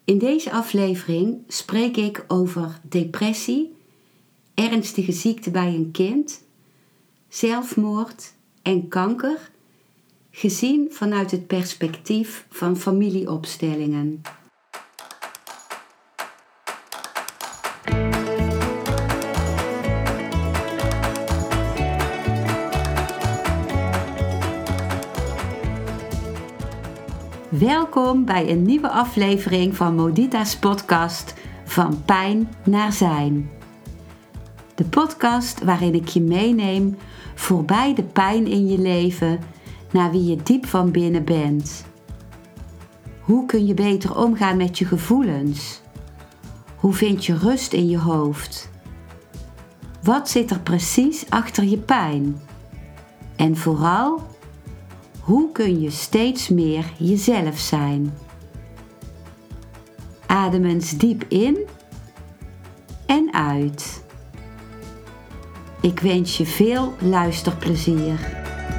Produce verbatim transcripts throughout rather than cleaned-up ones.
In deze aflevering spreek ik over depressie, ernstige ziekte bij een kind, zelfmoord en kanker, gezien vanuit het perspectief van familieopstellingen. Welkom bij een nieuwe aflevering van Modita's podcast Van Pijn naar Zijn. De podcast waarin ik je meeneem voorbij de pijn in je leven naar wie je diep van binnen bent. Hoe kun je beter omgaan met je gevoelens? Hoe vind je rust in je hoofd? Wat zit er precies achter je pijn? En vooral, hoe kun je steeds meer jezelf zijn? Adem eens diep in en uit. Ik wens je veel luisterplezier.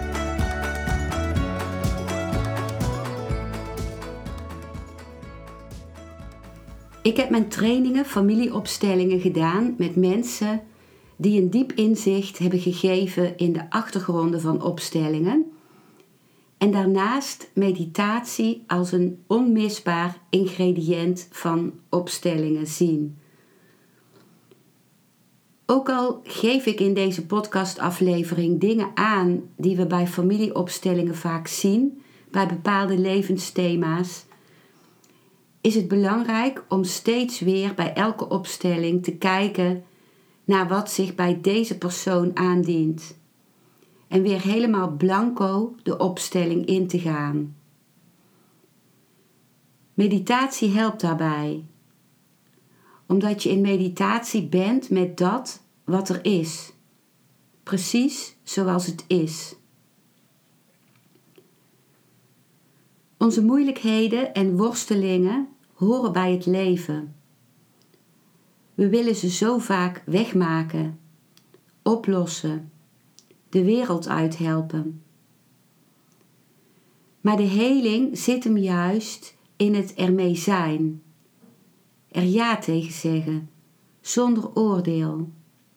Ik heb mijn trainingen familieopstellingen gedaan met mensen die een diep inzicht hebben gegeven in de achtergronden van opstellingen. En daarnaast meditatie als een onmisbaar ingrediënt van opstellingen zien. Ook al geef ik in deze podcastaflevering dingen aan die we bij familieopstellingen vaak zien, bij bepaalde levensthema's, is het belangrijk om steeds weer bij elke opstelling te kijken naar wat zich bij deze persoon aandient. En weer helemaal blanco de opstelling in te gaan. Meditatie helpt daarbij. Omdat je in meditatie bent met dat wat er is. Precies zoals het is. Onze moeilijkheden en worstelingen horen bij het leven. We willen ze zo vaak wegmaken, oplossen, de wereld uithelpen. Maar de heling zit hem juist in het ermee zijn. Er ja tegen zeggen, zonder oordeel.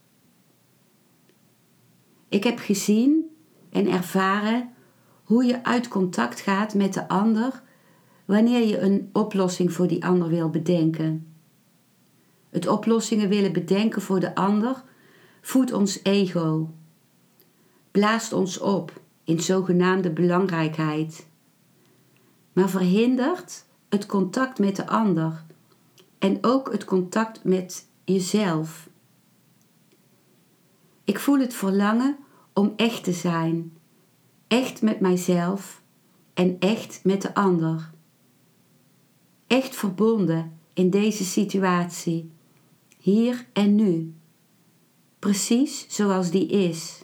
Ik heb gezien en ervaren hoe je uit contact gaat met de ander wanneer je een oplossing voor die ander wil bedenken. Het oplossingen willen bedenken voor de ander voedt ons ego. Blaast ons op in zogenaamde belangrijkheid, maar verhindert het contact met de ander en ook het contact met jezelf. Ik voel het verlangen om echt te zijn, echt met mijzelf en echt met de ander. Echt verbonden in deze situatie, hier en nu, precies zoals die is.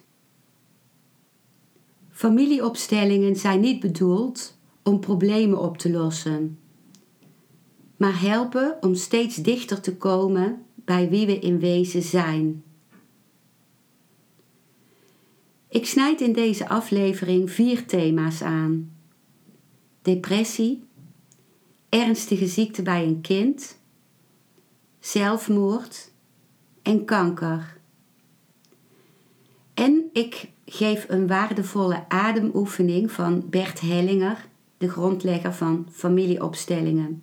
Familieopstellingen zijn niet bedoeld om problemen op te lossen, maar helpen om steeds dichter te komen bij wie we in wezen zijn. Ik snijd in deze aflevering vier thema's aan: depressie, ernstige ziekte bij een kind, zelfmoord en kanker. En ik geef een waardevolle ademoefening van Bert Hellinger, de grondlegger van familieopstellingen.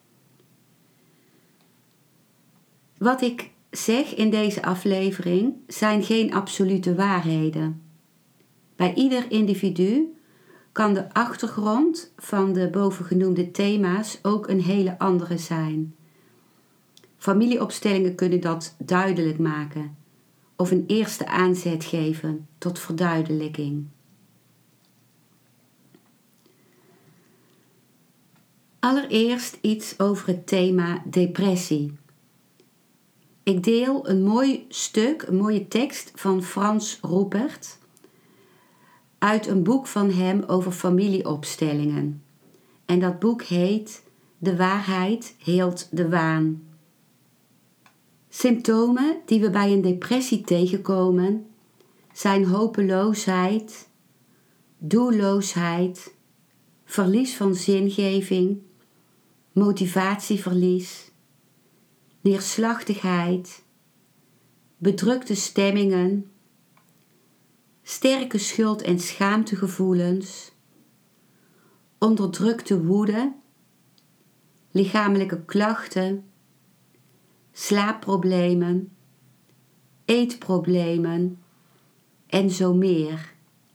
Wat ik zeg in deze aflevering zijn geen absolute waarheden. Bij ieder individu kan de achtergrond van de bovengenoemde thema's ook een hele andere zijn. Familieopstellingen kunnen dat duidelijk maken of een eerste aanzet geven tot verduidelijking. Allereerst iets over het thema depressie. Ik deel een mooi stuk, een mooie tekst van Frans Ruppert uit een boek van hem over familieopstellingen. En dat boek heet De waarheid heelt de waan. Symptomen die we bij een depressie tegenkomen zijn hopeloosheid, doelloosheid, verlies van zingeving, motivatieverlies, neerslachtigheid, bedrukte stemmingen, sterke schuld- en schaamtegevoelens, onderdrukte woede, lichamelijke klachten, slaapproblemen, eetproblemen en zo meer.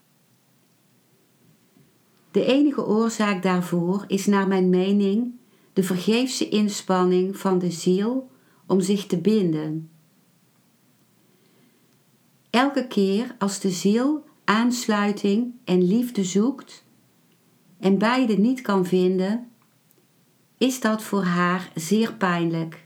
De enige oorzaak daarvoor is naar mijn mening de vergeefse inspanning van de ziel om zich te binden. Elke keer als de ziel aansluiting en liefde zoekt en beide niet kan vinden, is dat voor haar zeer pijnlijk.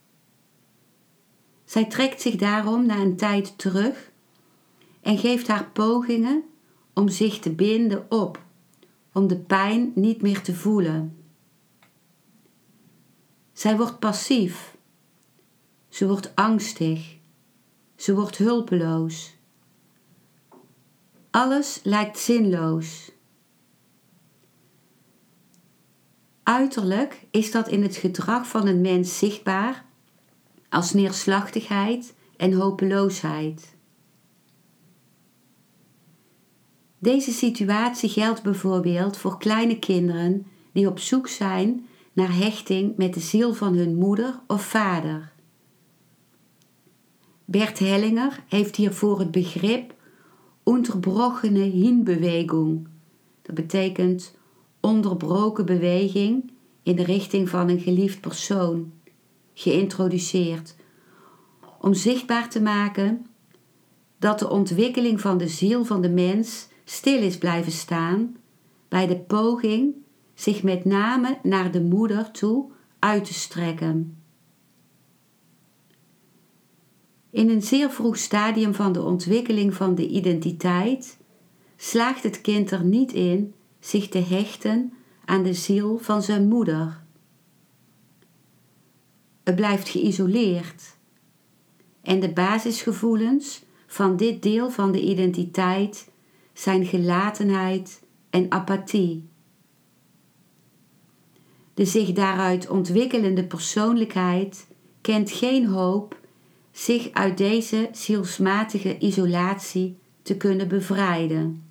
Zij trekt zich daarom na een tijd terug en geeft haar pogingen om zich te binden op, om de pijn niet meer te voelen. Zij wordt passief, ze wordt angstig, ze wordt hulpeloos. Alles lijkt zinloos. Uiterlijk is dat in het gedrag van een mens zichtbaar als neerslachtigheid en hopeloosheid. Deze situatie geldt bijvoorbeeld voor kleine kinderen die op zoek zijn naar hechting met de ziel van hun moeder of vader. Bert Hellinger heeft hiervoor het begrip unterbrochene Hinbewegung. Dat betekent onderbroken beweging in de richting van een geliefd persoon, geïntroduceerd, om zichtbaar te maken dat de ontwikkeling van de ziel van de mens stil is blijven staan bij de poging zich met name naar de moeder toe uit te strekken. In een zeer vroeg stadium van de ontwikkeling van de identiteit slaagt het kind er niet in zich te hechten aan de ziel van zijn moeder. Het blijft geïsoleerd en de basisgevoelens van dit deel van de identiteit zijn gelatenheid en apathie. De zich daaruit ontwikkelende persoonlijkheid kent geen hoop zich uit deze zielsmatige isolatie te kunnen bevrijden.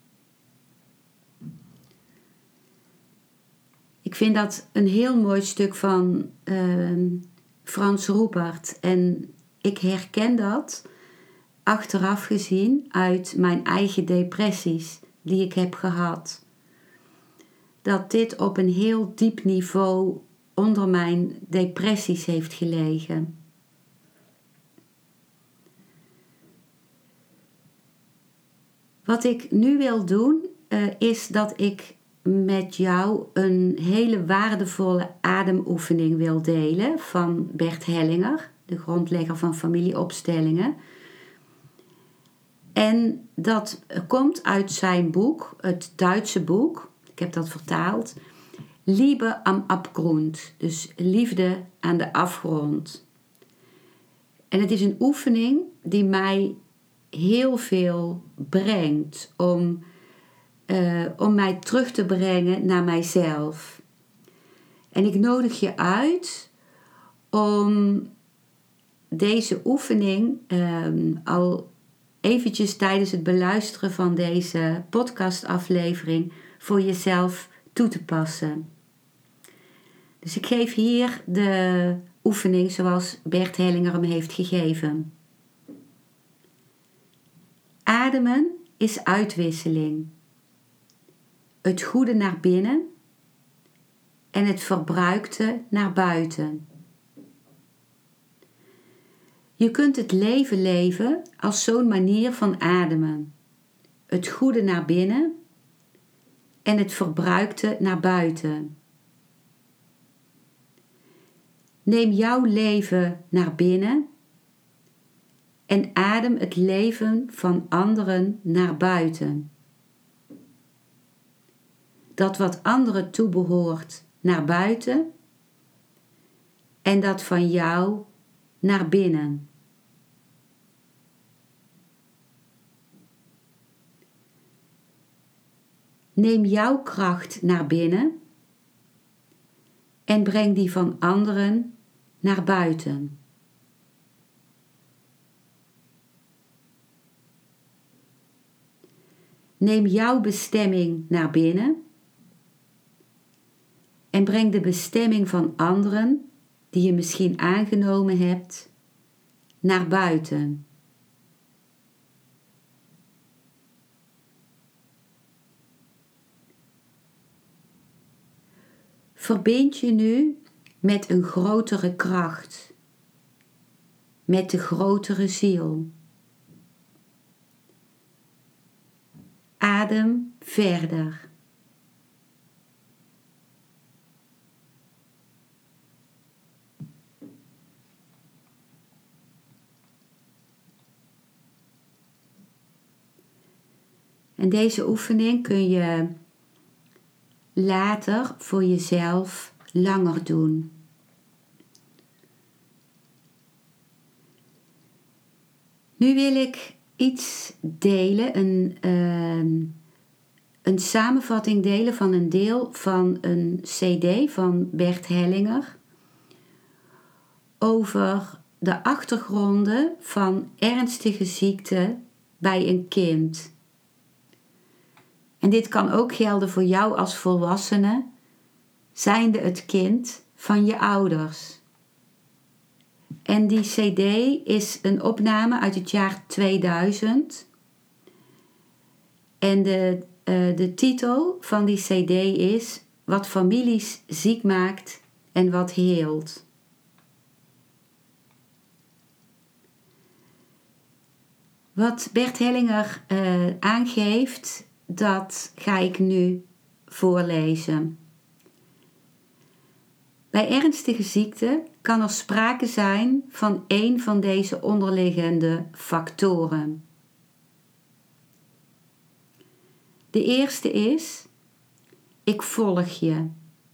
Ik vind dat een heel mooi stuk van uh, Frans Ruppert en ik herken dat achteraf gezien uit mijn eigen depressies die ik heb gehad. Dat dit op een heel diep niveau onder mijn depressies heeft gelegen. Wat ik nu wil doen, uh, is dat ik met jou een hele waardevolle ademoefening wil delen van Bert Hellinger, de grondlegger van familieopstellingen. En dat komt uit zijn boek, het Duitse boek, ik heb dat vertaald, Liebe am Abgrund, dus liefde aan de afgrond. En het is een oefening die mij heel veel brengt om, uh, om mij terug te brengen naar mijzelf. En ik nodig je uit om deze oefening um, al eventjes tijdens het beluisteren van deze podcastaflevering voor jezelf toe te passen. Dus ik geef hier de oefening zoals Bert Hellinger hem heeft gegeven. Ademen is uitwisseling. Het goede naar binnen en het verbruikte naar buiten. Je kunt het leven leven als zo'n manier van ademen. Het goede naar binnen en het verbruikte naar buiten. Neem jouw leven naar binnen en adem het leven van anderen naar buiten. Dat wat anderen toebehoort naar buiten en dat van jou naar binnen. Neem jouw kracht naar binnen en breng die van anderen naar buiten. Neem jouw bestemming naar binnen en breng de bestemming van anderen, die je misschien aangenomen hebt, naar buiten. Verbind je nu met een grotere kracht, met de grotere ziel. Adem verder. En deze oefening kun je later voor jezelf langer doen. Nu wil ik iets delen, een, uh, een samenvatting delen van een deel van een cd van Bert Hellinger over de achtergronden van ernstige ziekte bij een kind. En dit kan ook gelden voor jou als volwassene, zijnde het kind van je ouders. En die cd is een opname uit het jaar tweeduizend. En de, uh, de titel van die cd is Wat families ziek maakt en wat heelt. Wat Bert Hellinger uh, aangeeft, dat ga ik nu voorlezen. Bij ernstige ziekte kan er sprake zijn van één van deze onderliggende factoren. De eerste is, ik volg je.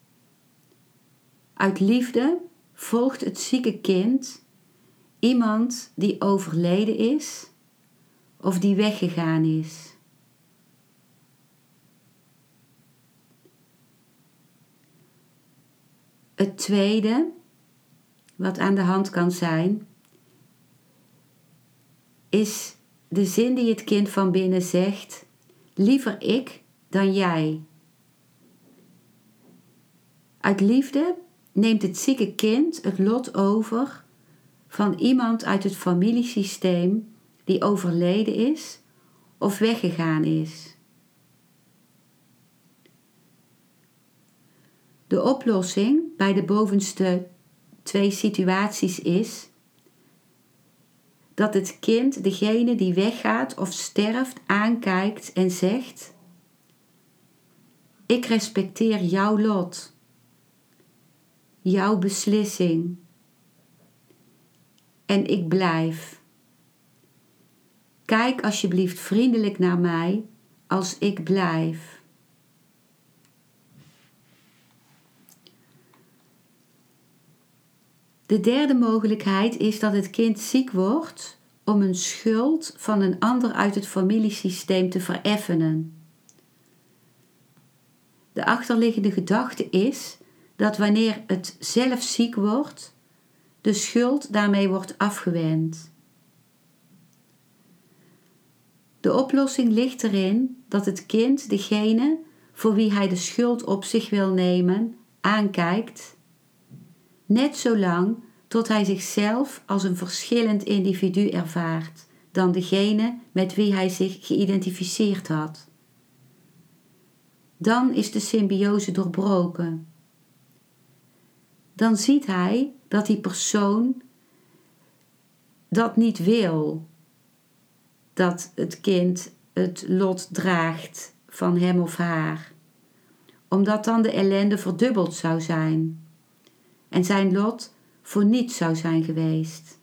Uit liefde volgt het zieke kind iemand die overleden is of die weggegaan is. Het tweede, wat aan de hand kan zijn, is de zin die het kind van binnen zegt, liever ik dan jij. Uit liefde neemt het zieke kind het lot over van iemand uit het familiesysteem die overleden is of weggegaan is. De oplossing bij de bovenste twee situaties is dat het kind degene die weggaat of sterft aankijkt en zegt: ik respecteer jouw lot, jouw beslissing en ik blijf. Kijk alsjeblieft vriendelijk naar mij als ik blijf. De derde mogelijkheid is dat het kind ziek wordt om een schuld van een ander uit het familiesysteem te vereffenen. De achterliggende gedachte is dat wanneer het zelf ziek wordt, de schuld daarmee wordt afgewend. De oplossing ligt erin dat het kind degene voor wie hij de schuld op zich wil nemen aankijkt, net zolang tot hij zichzelf als een verschillend individu ervaart dan degene met wie hij zich geïdentificeerd had. Dan is de symbiose doorbroken. Dan ziet hij dat die persoon dat niet wil, dat het kind het lot draagt van hem of haar, omdat dan de ellende verdubbeld zou zijn en zijn lot voor niets zou zijn geweest.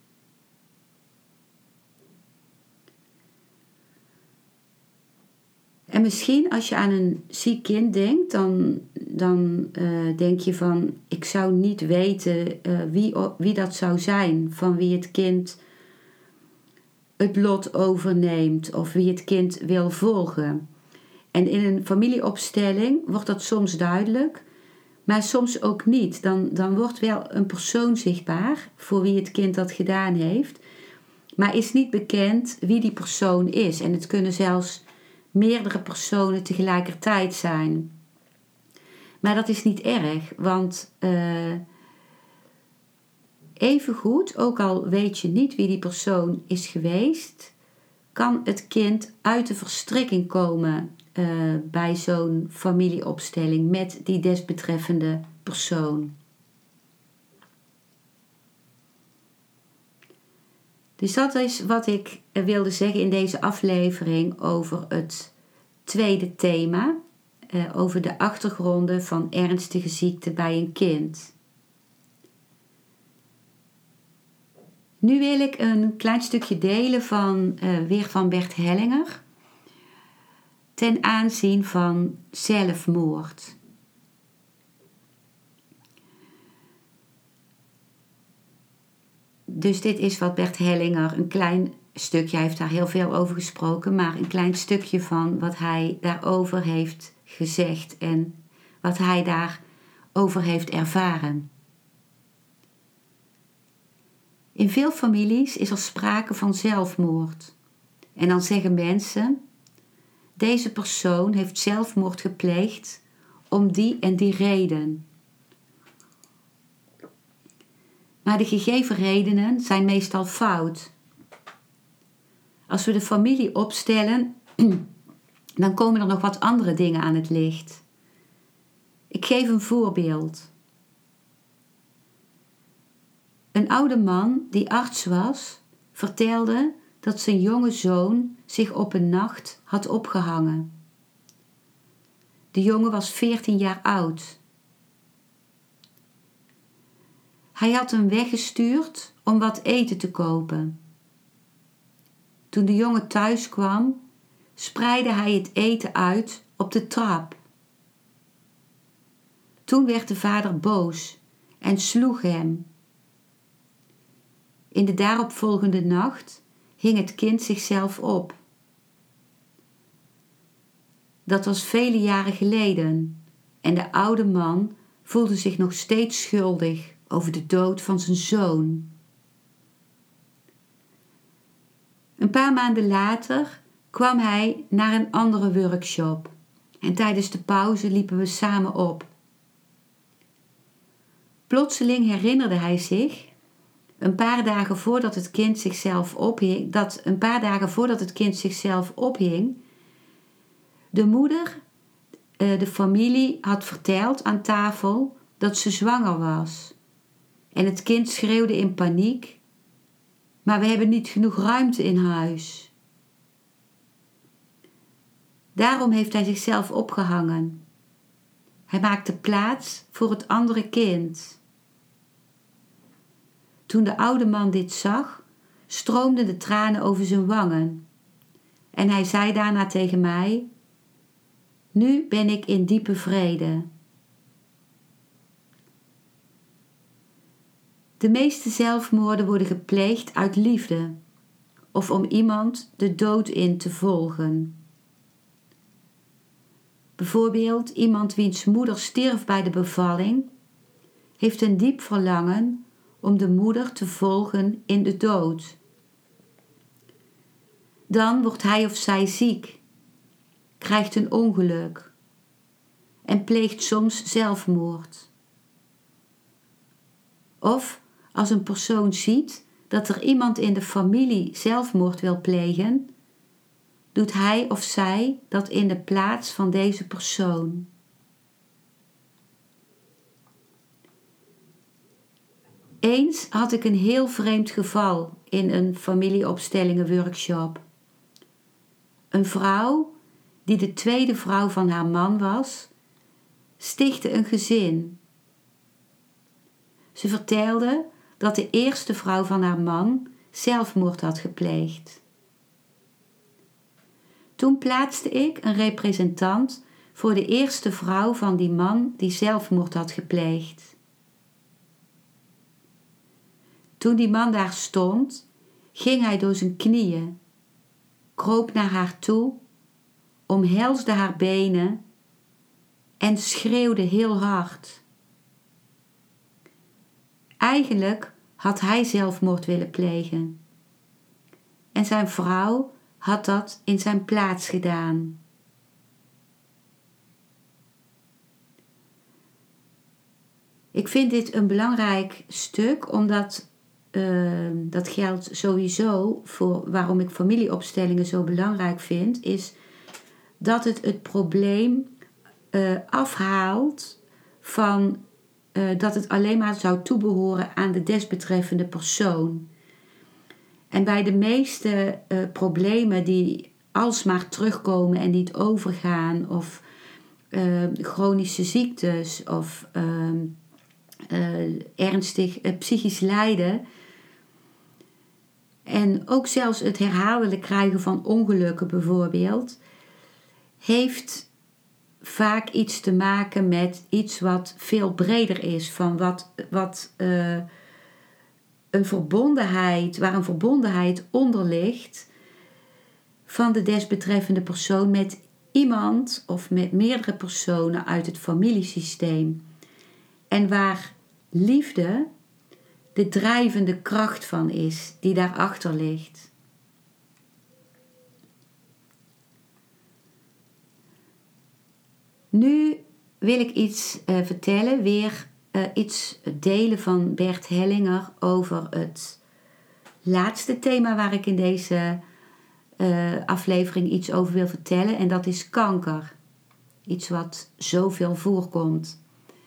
En misschien als je aan een ziek kind denkt, dan, dan uh, denk je van, ik zou niet weten uh, wie, wie dat zou zijn, van wie het kind het lot overneemt of wie het kind wil volgen. En in een familieopstelling wordt dat soms duidelijk, Maar soms ook niet. Dan, dan wordt wel een persoon zichtbaar voor wie het kind dat gedaan heeft. Maar is niet bekend wie die persoon is. En het kunnen zelfs meerdere personen tegelijkertijd zijn. Maar dat is niet erg. Want uh, evengoed, ook al weet je niet wie die persoon is geweest, kan het kind uit de verstrikking komen uh, bij zo'n familieopstelling met die desbetreffende persoon. Dus dat is wat ik wilde zeggen in deze aflevering over het tweede thema, uh, over de achtergronden van ernstige ziekte bij een kind. Nu wil ik een klein stukje delen van, uh, weer van Bert Hellinger ten aanzien van zelfmoord. Dus dit is wat Bert Hellinger, een klein stukje, hij heeft daar heel veel over gesproken, maar een klein stukje van wat hij daarover heeft gezegd en wat hij daarover heeft ervaren. In veel families is er sprake van zelfmoord. En dan zeggen mensen, deze persoon heeft zelfmoord gepleegd om die en die reden. Maar de gegeven redenen zijn meestal fout. Als we de familie opstellen, dan komen er nog wat andere dingen aan het licht. Ik geef een voorbeeld. Een oude man die arts was, vertelde dat zijn jonge zoon zich op een nacht had opgehangen. De jongen was veertien jaar oud. Hij had hem weggestuurd om wat eten te kopen. Toen de jongen thuis kwam, spreidde hij het eten uit op de trap. Toen werd de vader boos en sloeg hem. In de daaropvolgende nacht hing het kind zichzelf op. Dat was vele jaren geleden en de oude man voelde zich nog steeds schuldig over de dood van zijn zoon. Een paar maanden later kwam hij naar een andere workshop en tijdens de pauze liepen we samen op. Plotseling herinnerde hij zich, een paar dagen voordat het kind zichzelf ophing, dat een paar dagen voordat het kind zichzelf ophing, de moeder, de familie had verteld aan tafel dat ze zwanger was. En het kind schreeuwde in paniek, maar we hebben niet genoeg ruimte in huis. Daarom heeft hij zichzelf opgehangen. Hij maakte plaats voor het andere kind. Toen de oude man dit zag, stroomden de tranen over zijn wangen. En hij zei daarna tegen mij, nu ben ik in diepe vrede. De meeste zelfmoorden worden gepleegd uit liefde of om iemand de dood in te volgen. Bijvoorbeeld iemand wiens moeder stierf bij de bevalling, heeft een diep verlangen om de moeder te volgen in de dood. Dan wordt hij of zij ziek, krijgt een ongeluk en pleegt soms zelfmoord. Of als een persoon ziet dat er iemand in de familie zelfmoord wil plegen, doet hij of zij dat in de plaats van deze persoon. Eens had ik een heel vreemd geval in een familieopstellingen-workshop. Een vrouw, die de tweede vrouw van haar man was, stichtte een gezin. Ze vertelde dat de eerste vrouw van haar man zelfmoord had gepleegd. Toen plaatste ik een representant voor de eerste vrouw van die man die zelfmoord had gepleegd. Toen die man daar stond, ging hij door zijn knieën, kroop naar haar toe, omhelsde haar benen en schreeuwde heel hard. Eigenlijk had hij zelfmoord willen plegen. En zijn vrouw had dat in zijn plaats gedaan. Ik vind dit een belangrijk stuk, omdat uh, dat geldt sowieso voor waarom ik familieopstellingen zo belangrijk vind, is dat het het probleem uh, afhaalt van uh, dat het alleen maar zou toebehoren aan de desbetreffende persoon. En bij de meeste uh, problemen die alsmaar terugkomen en niet overgaan, of uh, chronische ziektes of uh, uh, ernstig uh, psychisch lijden, en ook zelfs het herhaaldelijk krijgen van ongelukken bijvoorbeeld, heeft vaak iets te maken met iets wat veel breder is, van wat, wat uh, een verbondenheid, waar een verbondenheid onder ligt van de desbetreffende persoon met iemand of met meerdere personen uit het familiesysteem. En waar liefde de drijvende kracht van is die daarachter ligt. Nu wil ik iets uh, vertellen, weer uh, iets delen van Bert Hellinger over het laatste thema waar ik in deze uh, aflevering iets over wil vertellen. En dat is kanker. Iets wat zoveel voorkomt.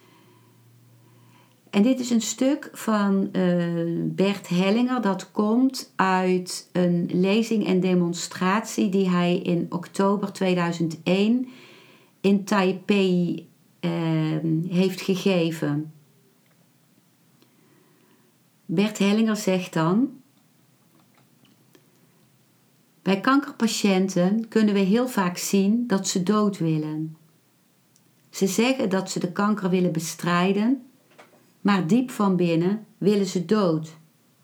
En dit is een stuk van uh, Bert Hellinger dat komt uit een lezing en demonstratie die hij in oktober tweeduizend één in Taipei uh, heeft gegeven. Bert Hellinger zegt dan: bij kankerpatiënten kunnen we heel vaak zien dat ze dood willen. Ze zeggen dat ze de kanker willen bestrijden, maar diep van binnen willen ze dood.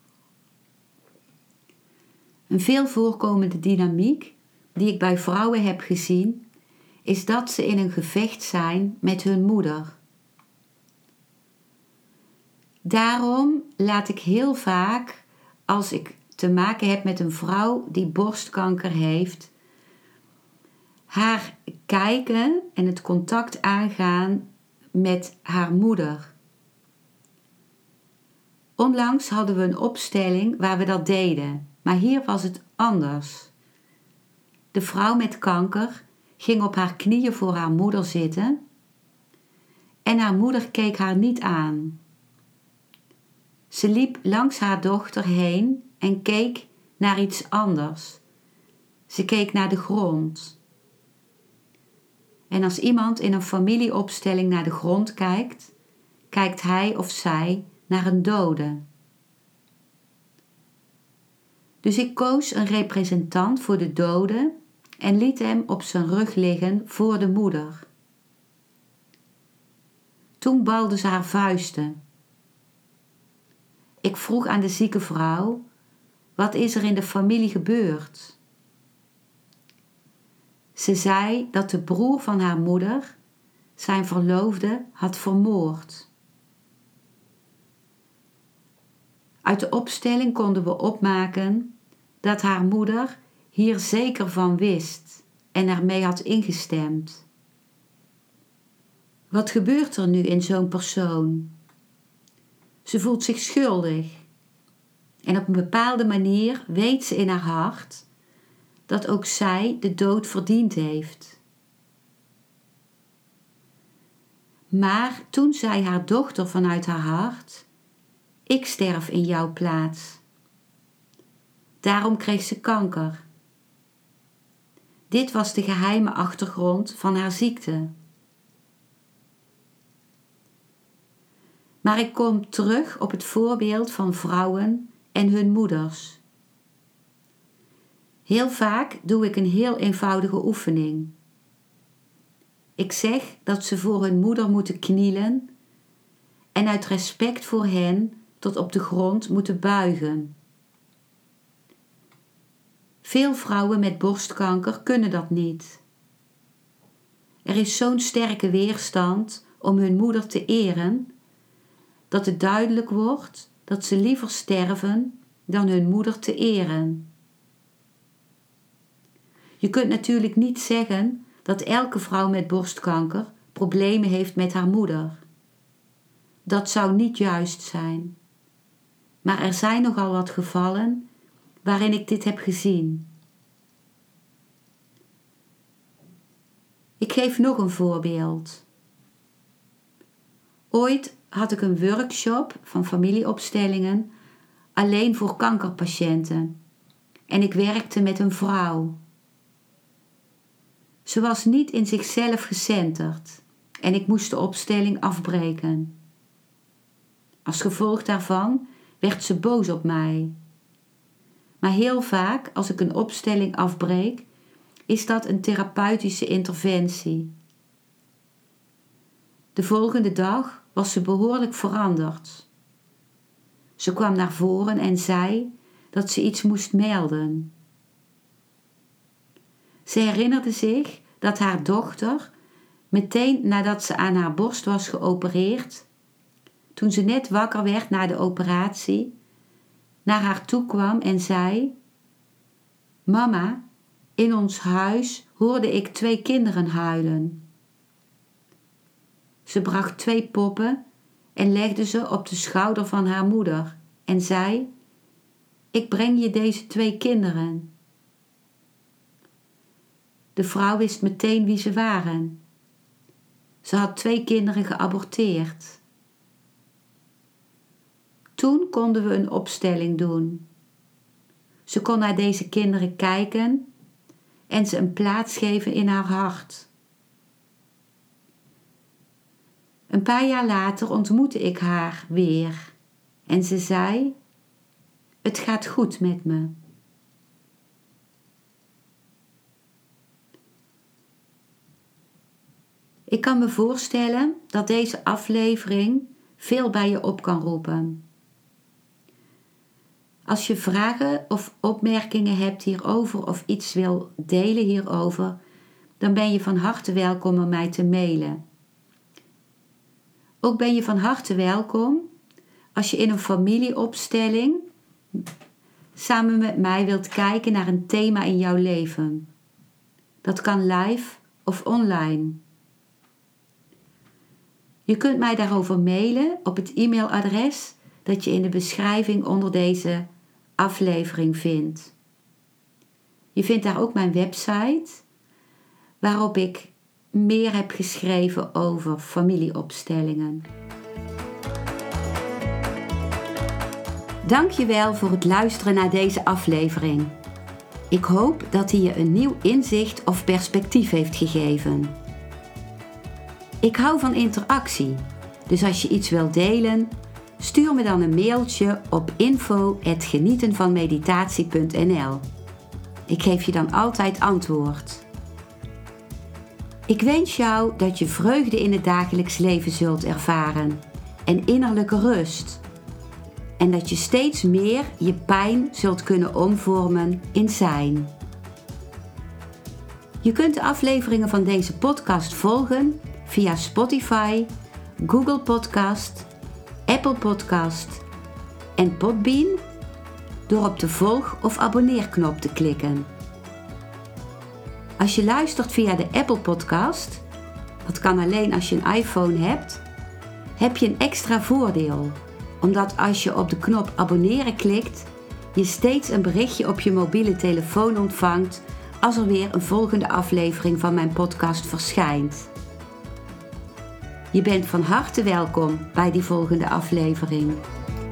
Een veel voorkomende dynamiek die ik bij vrouwen heb gezien, is dat ze in een gevecht zijn met hun moeder. Daarom laat ik heel vaak, als ik te maken heb met een vrouw die borstkanker heeft, haar kijken en het contact aangaan met haar moeder. Onlangs hadden we een opstelling waar we dat deden, maar hier was het anders. De vrouw met kanker ging op haar knieën voor haar moeder zitten en haar moeder keek haar niet aan. Ze liep langs haar dochter heen en keek naar iets anders. Ze keek naar de grond. En als iemand in een familieopstelling naar de grond kijkt, kijkt hij of zij naar een dode. Dus ik koos een representant voor de dode en liet hem op zijn rug liggen voor de moeder. Toen balde ze haar vuisten. Ik vroeg aan de zieke vrouw: wat is er in de familie gebeurd? Ze zei dat de broer van haar moeder zijn verloofde had vermoord. Uit de opstelling konden we opmaken dat haar moeder hier zeker van wist en ermee had ingestemd. Wat gebeurt er nu in zo'n persoon? Ze voelt zich schuldig. En op een bepaalde manier weet ze in haar hart dat ook zij de dood verdiend heeft. Maar toen zei haar dochter vanuit haar hart: ik sterf in jouw plaats. Daarom kreeg ze kanker. Dit was de geheime achtergrond van haar ziekte. Maar ik kom terug op het voorbeeld van vrouwen en hun moeders. Heel vaak doe ik een heel eenvoudige oefening. Ik zeg dat ze voor hun moeder moeten knielen en uit respect voor hen tot op de grond moeten buigen. Veel vrouwen met borstkanker kunnen dat niet. Er is zo'n sterke weerstand om hun moeder te eren, dat het duidelijk wordt dat ze liever sterven dan hun moeder te eren. Je kunt natuurlijk niet zeggen dat elke vrouw met borstkanker problemen heeft met haar moeder. Dat zou niet juist zijn. Maar er zijn nogal wat gevallen waarin ik dit heb gezien. Ik geef nog een voorbeeld. Ooit had ik een workshop van familieopstellingen alleen voor kankerpatiënten en ik werkte met een vrouw. Ze was niet in zichzelf gecenterd en ik moest de opstelling afbreken. Als gevolg daarvan werd ze boos op mij. Maar heel vaak als ik een opstelling afbreek, is dat een therapeutische interventie. De volgende dag was ze behoorlijk veranderd. Ze kwam naar voren en zei dat ze iets moest melden. Ze herinnerde zich dat haar dochter, meteen nadat ze aan haar borst was geopereerd, toen ze net wakker werd na de operatie, naar haar toe kwam en zei: "Mama, in ons huis hoorde ik twee kinderen huilen." Ze bracht twee poppen en legde ze op de schouder van haar moeder en zei: "Ik breng je deze twee kinderen." De vrouw wist meteen wie ze waren. Ze had twee kinderen geaborteerd. Toen konden we een opstelling doen. Ze kon naar deze kinderen kijken en ze een plaats geven in haar hart. Een paar jaar later ontmoette ik haar weer en ze zei: "Het gaat goed met me." Ik kan me voorstellen dat deze aflevering veel bij je op kan roepen. Als je vragen of opmerkingen hebt hierover of iets wil delen hierover, dan ben je van harte welkom om mij te mailen. Ook ben je van harte welkom als je in een familieopstelling samen met mij wilt kijken naar een thema in jouw leven. Dat kan live of online. Je kunt mij daarover mailen op het e-mailadres dat je in de beschrijving onder deze aflevering vindt. Je vindt daar ook mijn website, waarop ik meer heb geschreven over familieopstellingen. Dank je wel voor het luisteren naar deze aflevering. Ik hoop dat hij je een nieuw inzicht of perspectief heeft gegeven. Ik hou van interactie, dus als je iets wilt delen, stuur me dan een mailtje op info at genietenvanmeditatie punt n l. Ik geef je dan altijd antwoord. Ik wens jou dat je vreugde in het dagelijks leven zult ervaren en innerlijke rust. En dat je steeds meer je pijn zult kunnen omvormen in zijn. Je kunt de afleveringen van deze podcast volgen via Spotify, Google Podcast, Apple Podcast en Podbean door op de volg- of abonneerknop te klikken. Als je luistert via de Apple Podcast, dat kan alleen als je een iPhone hebt, heb je een extra voordeel. Omdat als je op de knop abonneren klikt, je steeds een berichtje op je mobiele telefoon ontvangt als er weer een volgende aflevering van mijn podcast verschijnt. Je bent van harte welkom bij die volgende aflevering.